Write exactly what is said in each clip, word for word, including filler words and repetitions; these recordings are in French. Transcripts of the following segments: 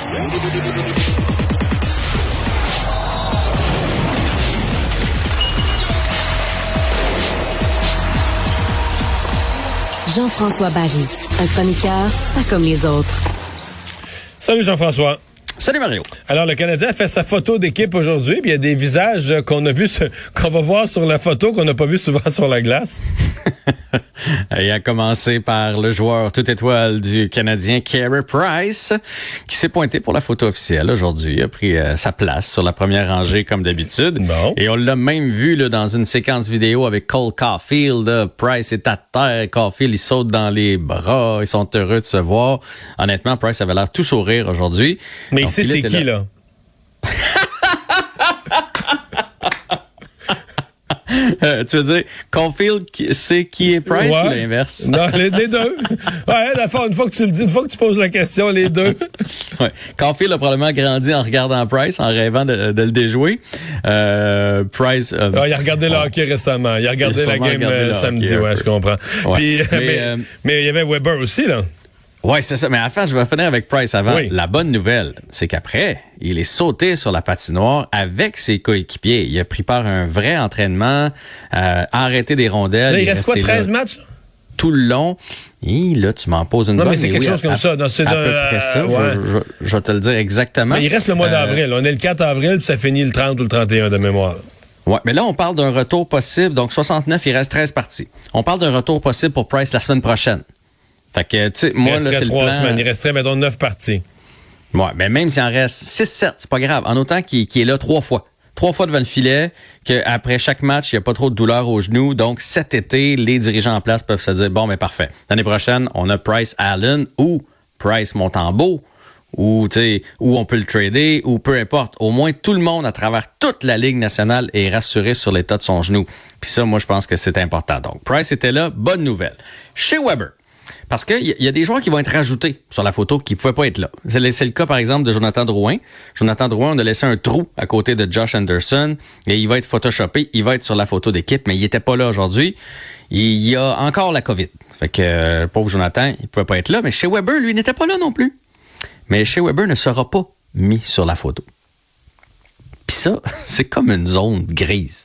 Jean-François Barry, un chroniqueur pas comme les autres. Salut Jean-François. Salut Mario. Alors, le Canadien a fait sa photo d'équipe aujourd'hui, puis il y a des visages qu'on a vu, qu'on va voir sur la photo, qu'on n'a pas vu souvent sur la glace. Il a commencé par le joueur toute étoile du Canadien, Carey Price, qui s'est pointé pour la photo officielle aujourd'hui. Il a pris euh, sa place sur la première rangée comme d'habitude. Bon. Et on l'a même vu là, dans une séquence vidéo avec Cole Caulfield. Là. Price est à terre, Caulfield, il saute dans les bras. Ils sont heureux de se voir. Honnêtement, Price avait l'air tout sourire aujourd'hui. Mais il sait c'est qui, là? là? Euh, tu veux dire, Caulfield c'est qui est Price ouais. ou l'inverse? Non, les, les deux. Ouais, la fois, une fois que tu le dis, une fois que tu poses la question, les deux. Ouais. Caulfield a probablement grandi en regardant Price, en rêvant de, de le déjouer. Euh, Price. Euh, ah, il a regardé oh. le hockey récemment. Il a regardé il a la game euh, samedi, ouais, je comprends. Ouais. Puis, mais, mais, euh, mais il y avait Weber aussi, là. Oui, c'est ça. Mais à faire, je vais finir avec Price avant. Oui. La bonne nouvelle, c'est qu'après, il est sauté sur la patinoire avec ses coéquipiers. Il a pris part à un vrai entraînement, euh, arrêté des rondelles. Là, il, il reste quoi, treize matchs? Là? Tout le long. Et là, tu m'en poses une non, bonne. Non, mais c'est quelque oui, chose à, comme ça. Non, c'est à de, peu près ça. Ouais. Je, je, je vais te le dire exactement. Mais il reste le mois euh, d'avril. On est le quatre avril, puis ça finit le trente ou le trente et un de mémoire. Ouais, mais là, on parle d'un retour possible. Donc, soixante-neuf, il reste treize parties. On parle d'un retour possible pour Price la semaine prochaine. Fait que, tu sais, moi, il là, c'est trois le plan. semaines. Il resterait, mettons, neuf parties. Ouais, mais même s'il en reste six sept, c'est pas grave. En autant qu'il, qu'il est là trois fois. Trois fois devant le filet, qu'après chaque match, il n'y a pas trop de douleur aux genoux. Donc, cet été, les dirigeants en place peuvent se dire, bon, mais parfait. L'année prochaine, on a Price Allen ou Price Montembeault, ou, tu sais, ou on peut le trader, ou peu importe. Au moins, tout le monde, à travers toute la Ligue nationale, est rassuré sur l'état de son genou. Puis ça, moi, je pense que c'est important. Donc, Price était là, bonne nouvelle. Chez Weber. Parce qu'il y, y a des joueurs qui vont être rajoutés sur la photo qui ne pouvaient pas être là. C'est le, c'est le cas, par exemple, de Jonathan Drouin. Jonathan Drouin, on a laissé un trou à côté de Josh Anderson et il va être photoshopé, il va être sur la photo d'équipe, mais il n'était pas là aujourd'hui. Il y a encore la COVID. Fait que, euh, pauvre Jonathan, il ne pouvait pas être là, mais chez Weber, lui, n'était pas là non plus. Mais chez Weber ne sera pas mis sur la photo. Puis ça, c'est comme une zone grise.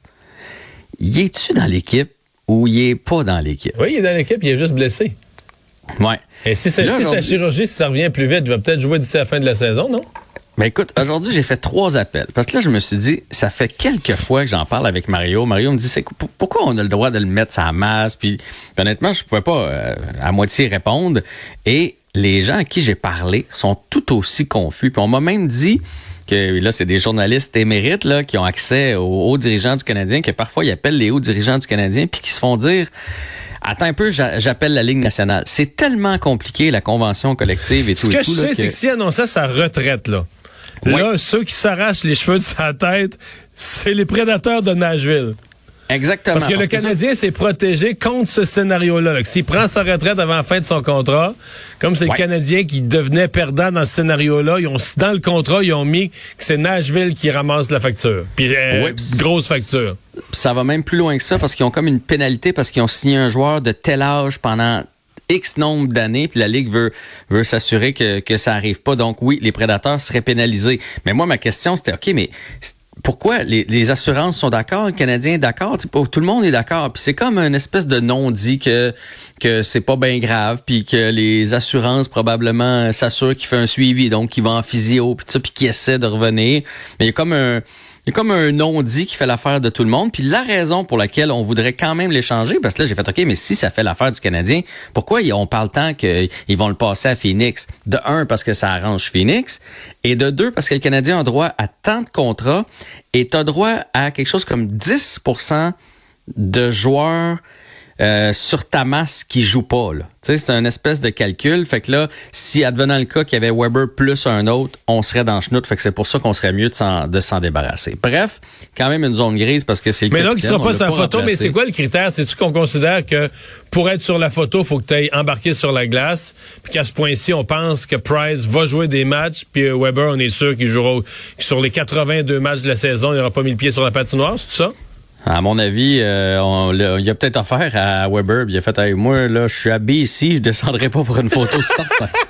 Y es-tu dans l'équipe ou il est pas dans l'équipe? Oui, il est dans l'équipe, il est juste blessé. Ouais. Et si, ça, si sa chirurgie, si ça revient plus vite, il va peut-être jouer d'ici la fin de la saison, non? Ben écoute, aujourd'hui, j'ai fait trois appels. Parce que là, je me suis dit, ça fait quelques fois que j'en parle avec Mario. Mario me dit, c'est, pourquoi on a le droit de le mettre sa masse? Puis, honnêtement, je pouvais pas euh, à moitié répondre. Et les gens à qui j'ai parlé sont tout aussi confus. Puis on m'a même dit que là, c'est des journalistes émérites là, qui ont accès aux hauts dirigeants du Canadien, que parfois ils appellent les hauts dirigeants du Canadien, puis qui se font dire... Attends un peu, j'appelle la Ligue nationale. C'est tellement compliqué, la convention collective et tout. Ce que et tout, je sais, là, c'est que, que s'il annonçait sa retraite, là, ouais. là, ceux qui s'arrachent les cheveux de sa tête, c'est les prédateurs de Nashville. Exactement. Parce que parce le que Canadien ça... s'est protégé contre ce scénario-là. Là, que s'il prend sa retraite avant la fin de son contrat, comme c'est ouais. le Canadien qui devenait perdant dans ce scénario-là, ils ont, dans le contrat, ils ont mis que c'est Nashville qui ramasse la facture. Puis euh, ouais, grosse facture. Ça va même plus loin que ça parce qu'ils ont comme une pénalité parce qu'ils ont signé un joueur de tel âge pendant X nombre d'années, puis la Ligue veut veut s'assurer que, que ça arrive pas. Donc oui, les prédateurs seraient pénalisés. Mais moi, ma question, c'était, OK, mais... Pourquoi les, les assurances sont d'accord, le Canadien est d'accord, tout le monde est d'accord, puis c'est comme une espèce de non-dit que que c'est pas bien grave, puis que les assurances probablement s'assurent qu'il fait un suivi, donc qu'il va en physio, puis ça, puis qu'il essaie de revenir. Mais il y a comme un il y a comme un non-dit qui fait l'affaire de tout le monde. Puis la raison pour laquelle on voudrait quand même l'échanger, parce que là, j'ai fait, OK, mais si ça fait l'affaire du Canadien, pourquoi on parle tant qu'ils vont le passer à Phoenix? De un, parce que ça arrange Phoenix, et de deux, parce que le Canadien a droit à tant de contrats, et tu as droit à quelque chose comme dix pour cent de joueurs euh, sur ta masse qui jouent pas, là. Tu sais, c'est un espèce de calcul. Fait que là, si advenant le cas qu'il y avait Weber plus un autre, on serait dans le chenoute. Fait que c'est pour ça qu'on serait mieux de s'en, de s'en débarrasser. Bref, quand même une zone grise parce que c'est le Mais capitaine. là, il sera pas sur la photo, remplacer. Mais c'est quoi le critère? C'est-tu qu'on considère que pour être sur la photo, il faut que tu ailles embarqué sur la glace, puis qu'à ce point-ci, on pense que Price va jouer des matchs, puis Weber, on est sûr qu'il jouera sur les quatre-vingt-deux matchs de la saison, il n'aura pas mis le pied sur la patinoire, c'est tout ça? À mon avis, euh, on, là, il a peut-être offert à Weber, puis il a fait hey, moi, là, je suis à B ici, je descendrai pas pour une photo certain.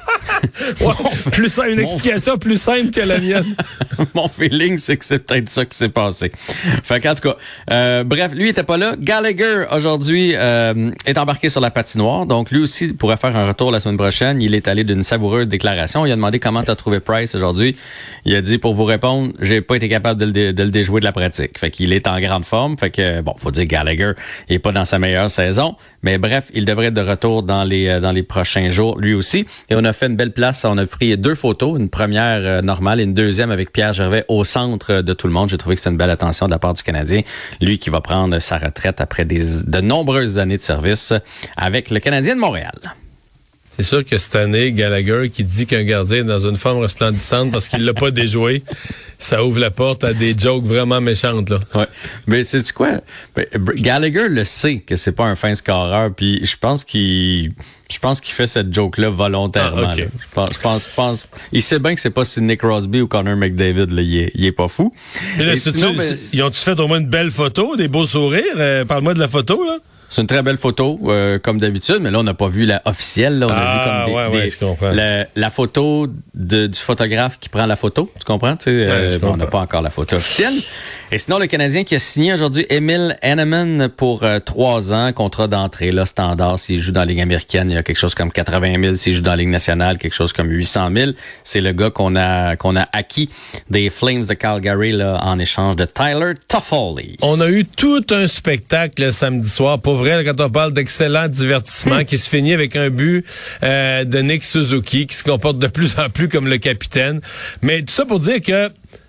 Ouais, plus une explication plus simple que la mienne. Mon feeling, c'est que c'est peut-être ça qui s'est passé. Fait qu'en tout cas, euh, bref, lui, il était pas là. Gallagher, aujourd'hui, euh, est embarqué sur la patinoire. Donc, lui aussi pourrait faire un retour la semaine prochaine. Il est allé d'une savoureuse déclaration. Il a demandé comment tu as trouvé Price aujourd'hui. Il a dit, pour vous répondre, j'ai pas été capable de le, dé- de le déjouer de la pratique. Fait qu'il est en grande forme. Fait que, bon, faut dire Gallagher est pas dans sa meilleure saison. Mais bref, il devrait être de retour dans les, euh, dans les prochains jours, lui aussi. Et on a fait une belle place. On a pris deux photos. Une première euh, normale et une deuxième avec Pierre Gervais au centre de tout le monde. J'ai trouvé que c'était une belle attention de la part du Canadien. Lui qui va prendre sa retraite après des, de nombreuses années de service avec le Canadien de Montréal. C'est sûr que cette année, Gallagher qui dit qu'un gardien est dans une forme resplendissante parce qu'il l'a pas déjoué, ça ouvre la porte à des jokes vraiment méchantes, là. Ouais. Mais sais-tu quoi? Gallagher le sait que c'est pas un fin scoreur, puis je pense qu'il je pense qu'il fait cette joke-là volontairement. Ah, okay. Je pense, je pense, je pense, il sait bien que c'est pas Sidney Crosby ou Connor McDavid, là, il est, il est pas fou. Mais là, sinon, tu, ben, ils ont-tu fait au moins une belle photo, des beaux sourires? Euh, parle-moi de la photo, là. C'est une très belle photo, euh, comme d'habitude, mais là, on n'a pas vu la officielle. Là. On ah, a vu comme des, ouais, ouais, des, je comprends. La, la photo de, du photographe qui prend la photo. Tu comprends? Tu sais, ouais, euh, bon, on n'a pas encore la photo officielle. Et sinon, le Canadien qui a signé aujourd'hui Emil Henneman pour euh, trois ans, contrat d'entrée, là, standard. S'il joue dans la Ligue américaine, il y a quelque chose comme quatre-vingt mille. S'il joue dans la Ligue nationale, quelque chose comme huit cent mille. C'est le gars qu'on a qu'on a acquis des Flames de Calgary là, en échange de Tyler Toffoli. On a eu tout un spectacle le samedi soir. Pour vrai, là, quand on parle d'excellent divertissement mmh. qui se finit avec un but euh, de Nick Suzuki qui se comporte de plus en plus comme le capitaine. Mais tout ça pour dire que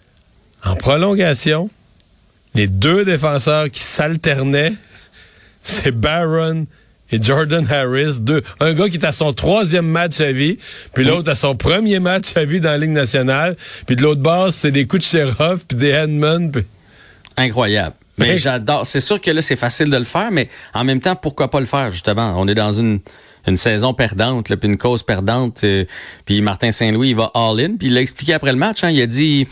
en prolongation, les deux défenseurs qui s'alternaient, c'est Barron et Jordan Harris. Deux, un gars qui est à son troisième match à vie, puis l'autre à son premier match à vie dans la Ligue nationale. Puis de l'autre bord, c'est des coups de Cherov, puis des Hedman. Puis... Incroyable. Mais oui. J'adore. C'est sûr que là, c'est facile de le faire, mais en même temps, pourquoi pas le faire, justement? On est dans une... une saison perdante, là, puis une cause perdante. Euh, puis Martin Saint-Louis, il va all-in. Puis il l'a expliqué après le match. Hein, il a dit,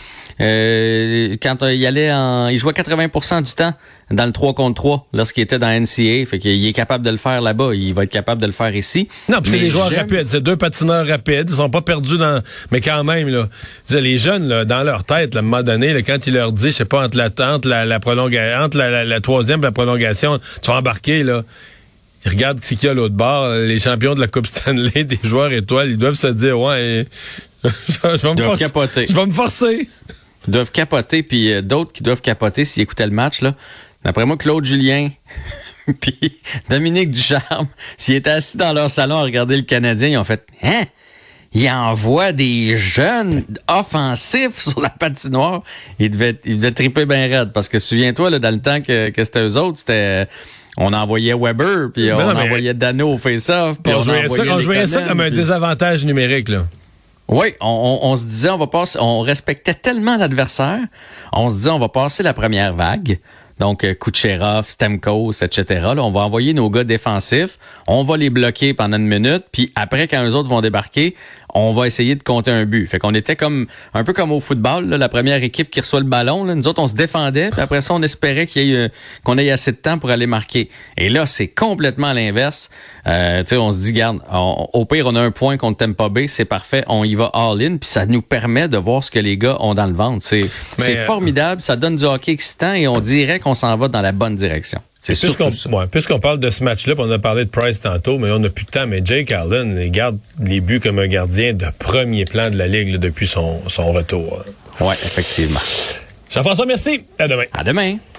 euh, quand euh, il allait en... Il jouait quatre-vingts pour cent du temps dans le trois contre trois lorsqu'il était dans N C A A. Fait qu'il est capable de le faire là-bas. Il va être capable de le faire ici. Non, puis c'est des joueurs j'aime... rapides. C'est deux patineurs rapides. Ils sont pas perdus dans... Mais quand même, là, les jeunes, là, dans leur tête, là, à un moment donné, là, quand il leur dit, je sais pas, entre la, entre la, la prolongation, entre la, la, la troisième et la prolongation, tu vas embarquer, là. Ils regardent ce qu'il y a à l'autre bord, les champions de la Coupe Stanley, des joueurs étoiles, ils doivent se dire, ouais, je, je vais me forcer. Capoter. Je vais me forcer. Ils doivent capoter, puis euh, d'autres qui doivent capoter s'ils écoutaient le match, là. D'après moi, Claude Julien, puis Dominique Ducharme, s'ils étaient assis dans leur salon à regarder le Canadien, ils ont fait, hein? Il envoie des jeunes offensifs sur la patinoire. Ils devaient, ils devaient triper bien raide, parce que souviens-toi, là, dans le temps que, que c'était eux autres, c'était... On envoyait Weber, puis on non, envoyait Dano au face-off. Puis on, on jouait, ça, on jouait ça comme un pis... désavantage numérique, là. Oui, on, on, on se disait, on va passer, on respectait tellement l'adversaire, on se disait, on va passer la première vague. Donc, Kucherov, Stamkos, et cetera. Là, on va envoyer nos gars défensifs, on va les bloquer pendant une minute, puis après, quand eux autres vont débarquer, on va essayer de compter un but. Fait qu'on était comme un peu comme au football, là, la première équipe qui reçoit le ballon. Là, nous autres, on se défendait, puis après ça, on espérait qu'il y ait, qu'on ait assez de temps pour aller marquer. Et là, c'est complètement à l'inverse. Euh, tu sais, on se dit, garde, on, au pire, on a un point contre Tampa Bay, c'est parfait, on y va all-in, puis ça nous permet de voir ce que les gars ont dans le ventre. C'est, c'est euh... formidable, ça donne du hockey excitant et on dirait qu'on s'en va dans la bonne direction. C'est puisqu'on, ouais, puisqu'on parle de ce match-là, on a parlé de Price tantôt, mais on n'a plus de temps. Mais Jake Allen, il garde les buts comme un gardien de premier plan de la Ligue là, depuis son, son retour. Oui, effectivement. Jean-François, merci. À demain. À demain.